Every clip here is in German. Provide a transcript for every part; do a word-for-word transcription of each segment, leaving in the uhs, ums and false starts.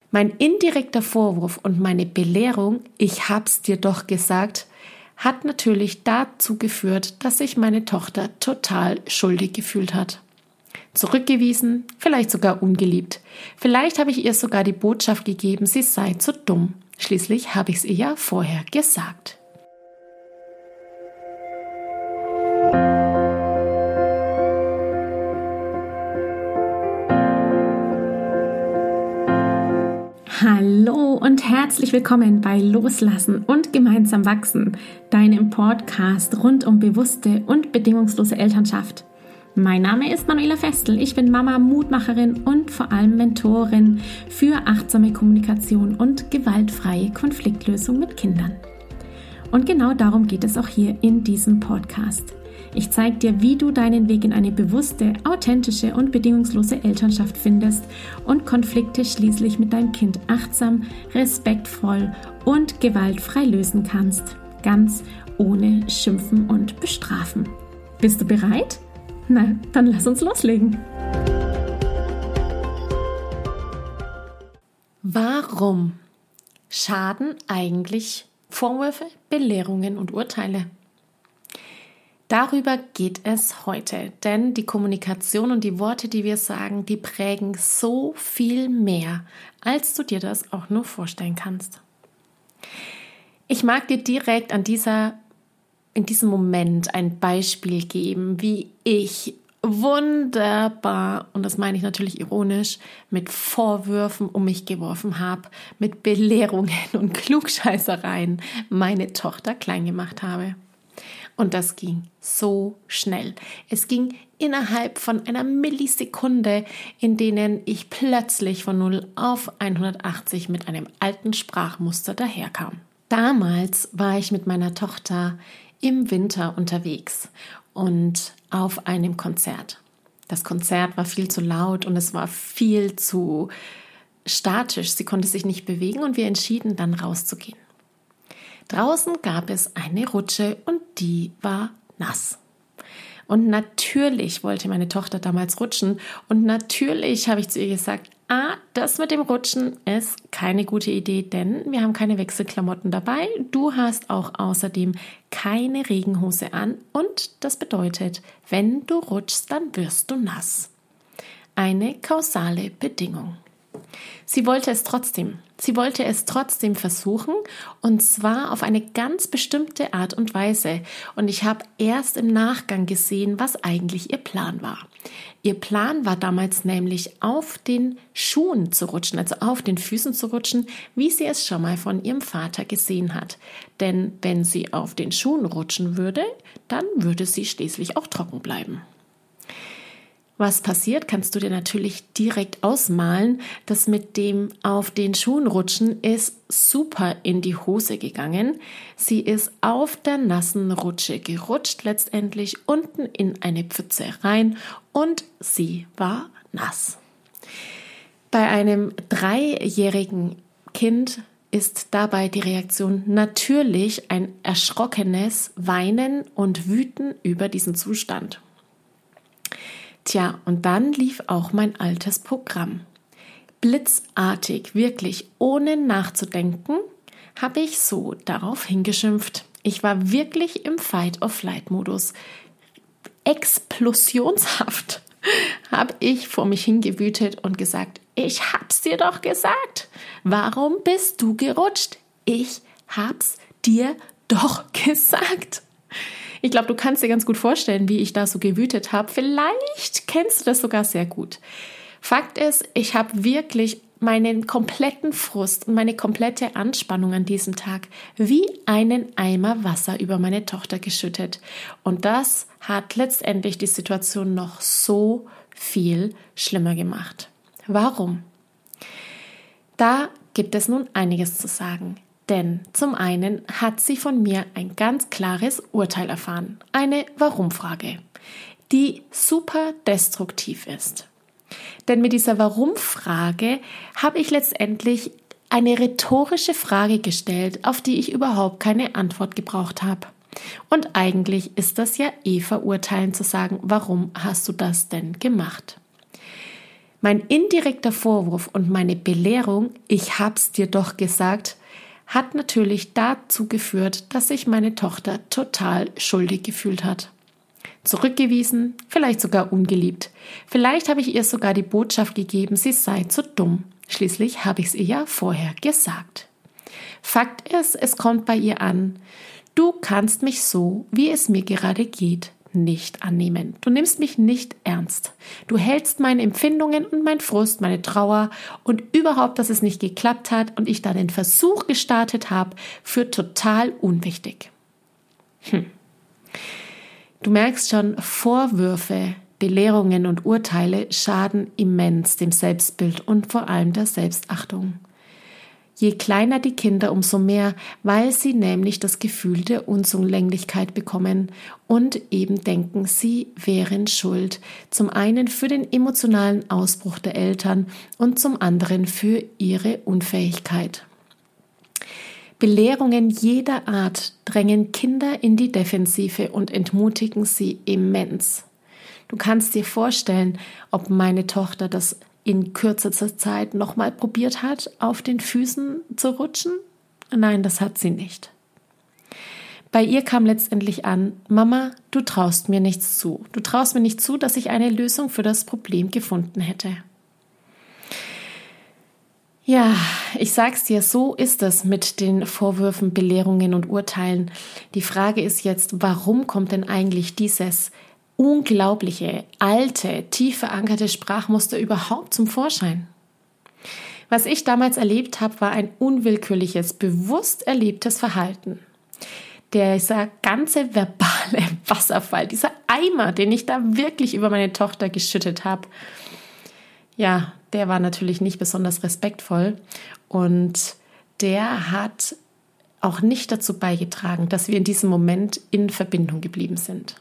Mein indirekter Vorwurf und meine Belehrung, ich hab's dir doch gesagt, hat natürlich dazu geführt, dass sich meine Tochter total schuldig gefühlt hat. Zurückgewiesen, vielleicht sogar ungeliebt. Vielleicht habe ich ihr sogar die Botschaft gegeben, sie sei zu dumm. Schließlich habe ich es ihr ja vorher gesagt. Hallo und herzlich willkommen bei Loslassen und gemeinsam wachsen, deinem Podcast rund um bewusste und bedingungslose Elternschaft. Mein Name ist Manuela Festel, ich bin Mama, Mutmacherin und vor allem Mentorin für achtsame Kommunikation und gewaltfreie Konfliktlösung mit Kindern. Und genau darum geht es auch hier in diesem Podcast. Ich zeige dir, wie du deinen Weg in eine bewusste, authentische und bedingungslose Elternschaft findest und Konflikte schließlich mit deinem Kind achtsam, respektvoll und gewaltfrei lösen kannst. Ganz ohne Schimpfen und Bestrafen. Bist du bereit? Na, dann lass uns loslegen. Warum schaden eigentlich Vorwürfe, Belehrungen und Urteile? Darüber geht es heute, denn die Kommunikation und die Worte, die wir sagen, die prägen so viel mehr, als du dir das auch nur vorstellen kannst. Ich mag dir direkt an dieser, in diesem Moment ein Beispiel geben, wie ich wunderbar, und das meine ich natürlich ironisch, mit Vorwürfen um mich geworfen habe, mit Belehrungen und Klugscheißereien meine Tochter klein gemacht habe. Und das ging so schnell. Es ging innerhalb von einer Millisekunde, in denen ich plötzlich von null auf hundertachtzig mit einem alten Sprachmuster daherkam. Damals war ich mit meiner Tochter im Winter unterwegs und auf einem Konzert. Das Konzert war viel zu laut und es war viel zu statisch. Sie konnte sich nicht bewegen und wir entschieden dann rauszugehen. Draußen gab es eine Rutsche und die war nass. Und natürlich wollte meine Tochter damals rutschen und natürlich habe ich zu ihr gesagt, ah, das mit dem Rutschen ist keine gute Idee, denn wir haben keine Wechselklamotten dabei. Du hast auch außerdem keine Regenhose an und das bedeutet, wenn du rutschst, dann wirst du nass. Eine kausale Bedingung. Sie wollte es trotzdem. Sie wollte es trotzdem versuchen und zwar auf eine ganz bestimmte Art und Weise. Und ich habe erst im Nachgang gesehen, was eigentlich ihr Plan war. Ihr Plan war damals nämlich auf den Schuhen zu rutschen, also auf den Füßen zu rutschen, wie sie es schon mal von ihrem Vater gesehen hat. Denn wenn sie auf den Schuhen rutschen würde, dann würde sie schließlich auch trocken bleiben. Was passiert, kannst du dir natürlich direkt ausmalen. Das mit dem auf den Schuhen rutschen ist super in die Hose gegangen. Sie ist auf der nassen Rutsche gerutscht, letztendlich unten in eine Pfütze rein und sie war nass. Bei einem dreijährigen Kind ist dabei die Reaktion natürlich ein erschrockenes Weinen und Wüten über diesen Zustand. Tja, und dann lief auch mein altes Programm. Blitzartig, wirklich ohne nachzudenken, habe ich so darauf hingeschimpft. Ich war wirklich im Fight-or-Flight-Modus. Explosionshaft habe ich vor mich hingewütet und gesagt, ich hab's dir doch gesagt. Warum bist du gerutscht? Ich hab's dir doch gesagt. Ich glaube, du kannst dir ganz gut vorstellen, wie ich da so gewütet habe. Vielleicht kennst du das sogar sehr gut. Fakt ist, ich habe wirklich meinen kompletten Frust und meine komplette Anspannung an diesem Tag wie einen Eimer Wasser über meine Tochter geschüttet. Und das hat letztendlich die Situation noch so viel schlimmer gemacht. Warum? Da gibt es nun einiges zu sagen. Denn zum einen hat sie von mir ein ganz klares Urteil erfahren, eine Warum-Frage, die super destruktiv ist. Denn mit dieser Warum-Frage habe ich letztendlich eine rhetorische Frage gestellt, auf die ich überhaupt keine Antwort gebraucht habe. Und eigentlich ist das ja eh verurteilend zu sagen, warum hast du das denn gemacht? Mein indirekter Vorwurf und meine Belehrung, ich hab's dir doch gesagt, hat natürlich dazu geführt, dass sich meine Tochter total schuldig gefühlt hat. Zurückgewiesen, vielleicht sogar ungeliebt. Vielleicht habe ich ihr sogar die Botschaft gegeben, sie sei zu dumm. Schließlich habe ich es ihr ja vorher gesagt. Fakt ist, es kommt bei ihr an. Du kannst mich so, wie es mir gerade geht, nicht annehmen. Du nimmst mich nicht ernst. Du hältst meine Empfindungen und mein Frust, meine Trauer und überhaupt, dass es nicht geklappt hat und ich dann den Versuch gestartet habe, für total unwichtig. Hm. Du merkst schon, Vorwürfe, Belehrungen und Urteile schaden immens dem Selbstbild und vor allem der Selbstachtung. Je kleiner die Kinder, umso mehr, weil sie nämlich das Gefühl der Unzulänglichkeit bekommen und eben denken, sie wären schuld. Zum einen für den emotionalen Ausbruch der Eltern und zum anderen für ihre Unfähigkeit. Belehrungen jeder Art drängen Kinder in die Defensive und entmutigen sie immens. Du kannst dir vorstellen, ob meine Tochter das in kürzester Zeit nochmal probiert hat, auf den Füßen zu rutschen? Nein, das hat sie nicht. Bei ihr kam letztendlich an, Mama, du traust mir nichts zu. Du traust mir nicht zu, dass ich eine Lösung für das Problem gefunden hätte. Ja, ich sag's dir, so ist es mit den Vorwürfen, Belehrungen und Urteilen. Die Frage ist jetzt, warum kommt denn eigentlich dieses unglaubliche, alte, tief verankerte Sprachmuster überhaupt zum Vorschein? Was ich damals erlebt habe, war ein unwillkürliches, bewusst erlebtes Verhalten. Dieser ganze verbale Wasserfall, dieser Eimer, den ich da wirklich über meine Tochter geschüttet habe, ja, der war natürlich nicht besonders respektvoll und der hat auch nicht dazu beigetragen, dass wir in diesem Moment in Verbindung geblieben sind.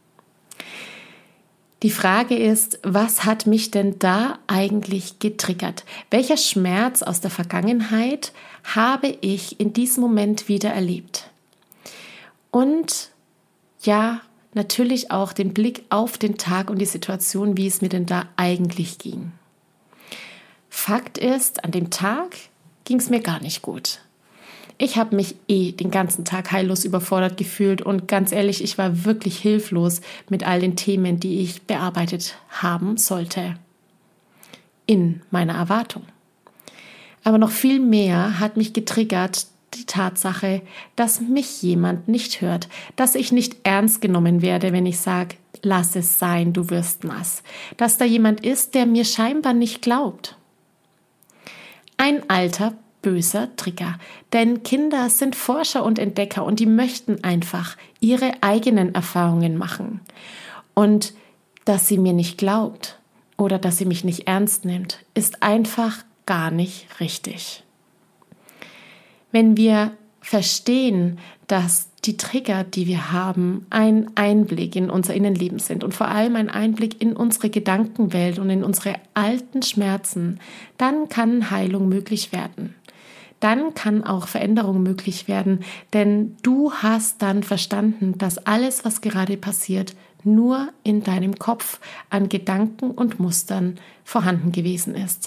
Die Frage ist, was hat mich denn da eigentlich getriggert? Welcher Schmerz aus der Vergangenheit habe ich in diesem Moment wieder erlebt? Und ja, natürlich auch den Blick auf den Tag und die Situation, wie es mir denn da eigentlich ging. Fakt ist, an dem Tag ging es mir gar nicht gut. Ich habe mich eh den ganzen Tag heillos überfordert gefühlt und ganz ehrlich, ich war wirklich hilflos mit all den Themen, die ich bearbeitet haben sollte. In meiner Erwartung. Aber noch viel mehr hat mich getriggert die Tatsache, dass mich jemand nicht hört, dass ich nicht ernst genommen werde, wenn ich sage, lass es sein, du wirst nass. Dass da jemand ist, der mir scheinbar nicht glaubt. Ein alter böser Trigger, denn Kinder sind Forscher und Entdecker und die möchten einfach ihre eigenen Erfahrungen machen. Und dass sie mir nicht glaubt oder dass sie mich nicht ernst nimmt, ist einfach gar nicht richtig. Wenn wir verstehen, dass die Trigger, die wir haben, ein Einblick in unser Innenleben sind und vor allem ein Einblick in unsere Gedankenwelt und in unsere alten Schmerzen, dann kann Heilung möglich werden. Dann kann auch Veränderung möglich werden, denn du hast dann verstanden, dass alles, was gerade passiert, nur in deinem Kopf an Gedanken und Mustern vorhanden gewesen ist.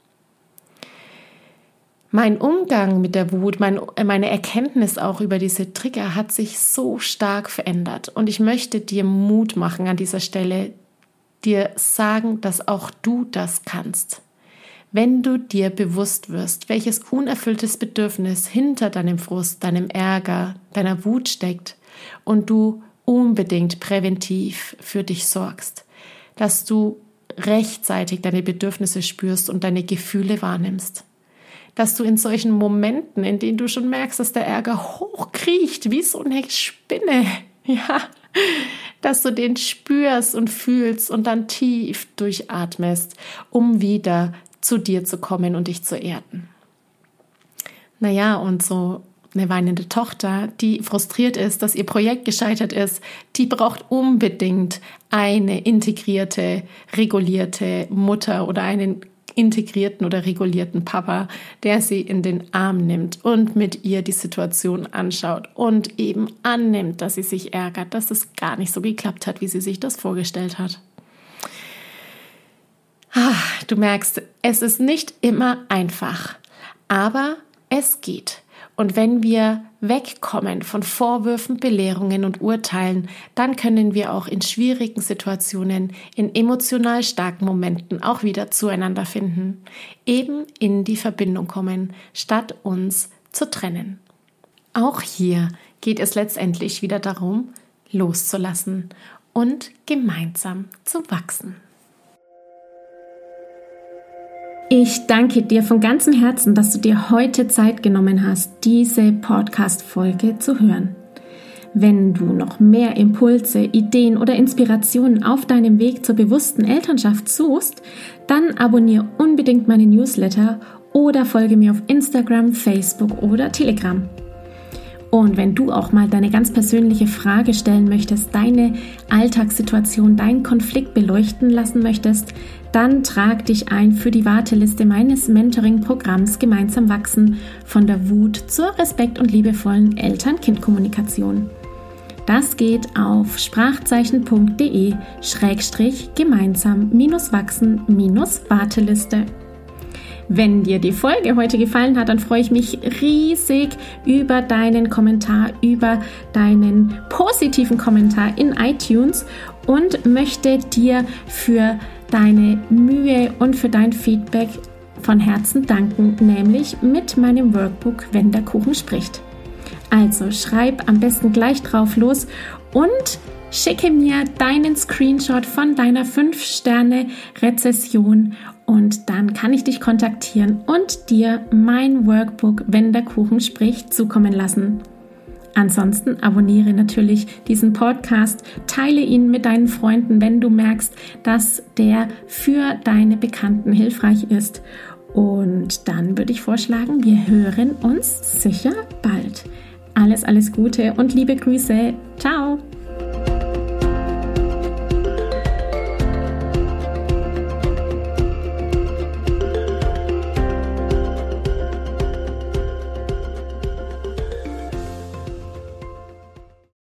Mein Umgang mit der Wut, mein, meine Erkenntnis auch über diese Trigger hat sich so stark verändert. Und ich möchte dir Mut machen an dieser Stelle, dir sagen, dass auch du das kannst. Wenn du dir bewusst wirst, welches unerfülltes Bedürfnis hinter deinem Frust, deinem Ärger, deiner Wut steckt und du unbedingt präventiv für dich sorgst, dass du rechtzeitig deine Bedürfnisse spürst und deine Gefühle wahrnimmst. Dass du in solchen Momenten, in denen du schon merkst, dass der Ärger hochkriecht, wie so eine Spinne, ja, dass du den spürst und fühlst und dann tief durchatmest, um wieder zu dir zu kommen und dich zu erden. Naja, und so eine weinende Tochter, die frustriert ist, dass ihr Projekt gescheitert ist, die braucht unbedingt eine integrierte, regulierte Mutter oder einen integrierten oder regulierten Papa, der sie in den Arm nimmt und mit ihr die Situation anschaut und eben annimmt, dass sie sich ärgert, dass es gar nicht so geklappt hat, wie sie sich das vorgestellt hat. Du merkst, es ist nicht immer einfach, aber es geht. Und wenn wir wegkommen von Vorwürfen, Belehrungen und Urteilen, dann können wir auch in schwierigen Situationen, in emotional starken Momenten auch wieder zueinander finden, eben in die Verbindung kommen, statt uns zu trennen. Auch hier geht es letztendlich wieder darum, loszulassen und gemeinsam zu wachsen. Ich danke dir von ganzem Herzen, dass du dir heute Zeit genommen hast, diese Podcast-Folge zu hören. Wenn du noch mehr Impulse, Ideen oder Inspirationen auf deinem Weg zur bewussten Elternschaft suchst, dann abonniere unbedingt meine Newsletter oder folge mir auf Instagram, Facebook oder Telegram. Und wenn du auch mal deine ganz persönliche Frage stellen möchtest, deine Alltagssituation, deinen Konflikt beleuchten lassen möchtest, dann trag dich ein für die Warteliste meines Mentoring-Programms Gemeinsam wachsen von der Wut zur respekt- und liebevollen Eltern-Kind-Kommunikation. Das geht auf sprachzeichen.de schrägstrich gemeinsam minus wachsen minus Warteliste. Wenn dir die Folge heute gefallen hat, dann freue ich mich riesig über deinen Kommentar, über deinen positiven Kommentar in iTunes und möchte dir für deine Mühe und für dein Feedback von Herzen danken, nämlich mit meinem Workbook Wenn der Kuchen spricht. Also schreib am besten gleich drauf los und schicke mir deinen Screenshot von deiner fünf Sterne Rezession und dann kann ich dich kontaktieren und dir mein Workbook Wenn der Kuchen spricht zukommen lassen. Ansonsten abonniere natürlich diesen Podcast, teile ihn mit deinen Freunden, wenn du merkst, dass der für deine Bekannten hilfreich ist. Und dann würde ich vorschlagen, wir hören uns sicher bald. Alles, alles Gute und liebe Grüße. Ciao!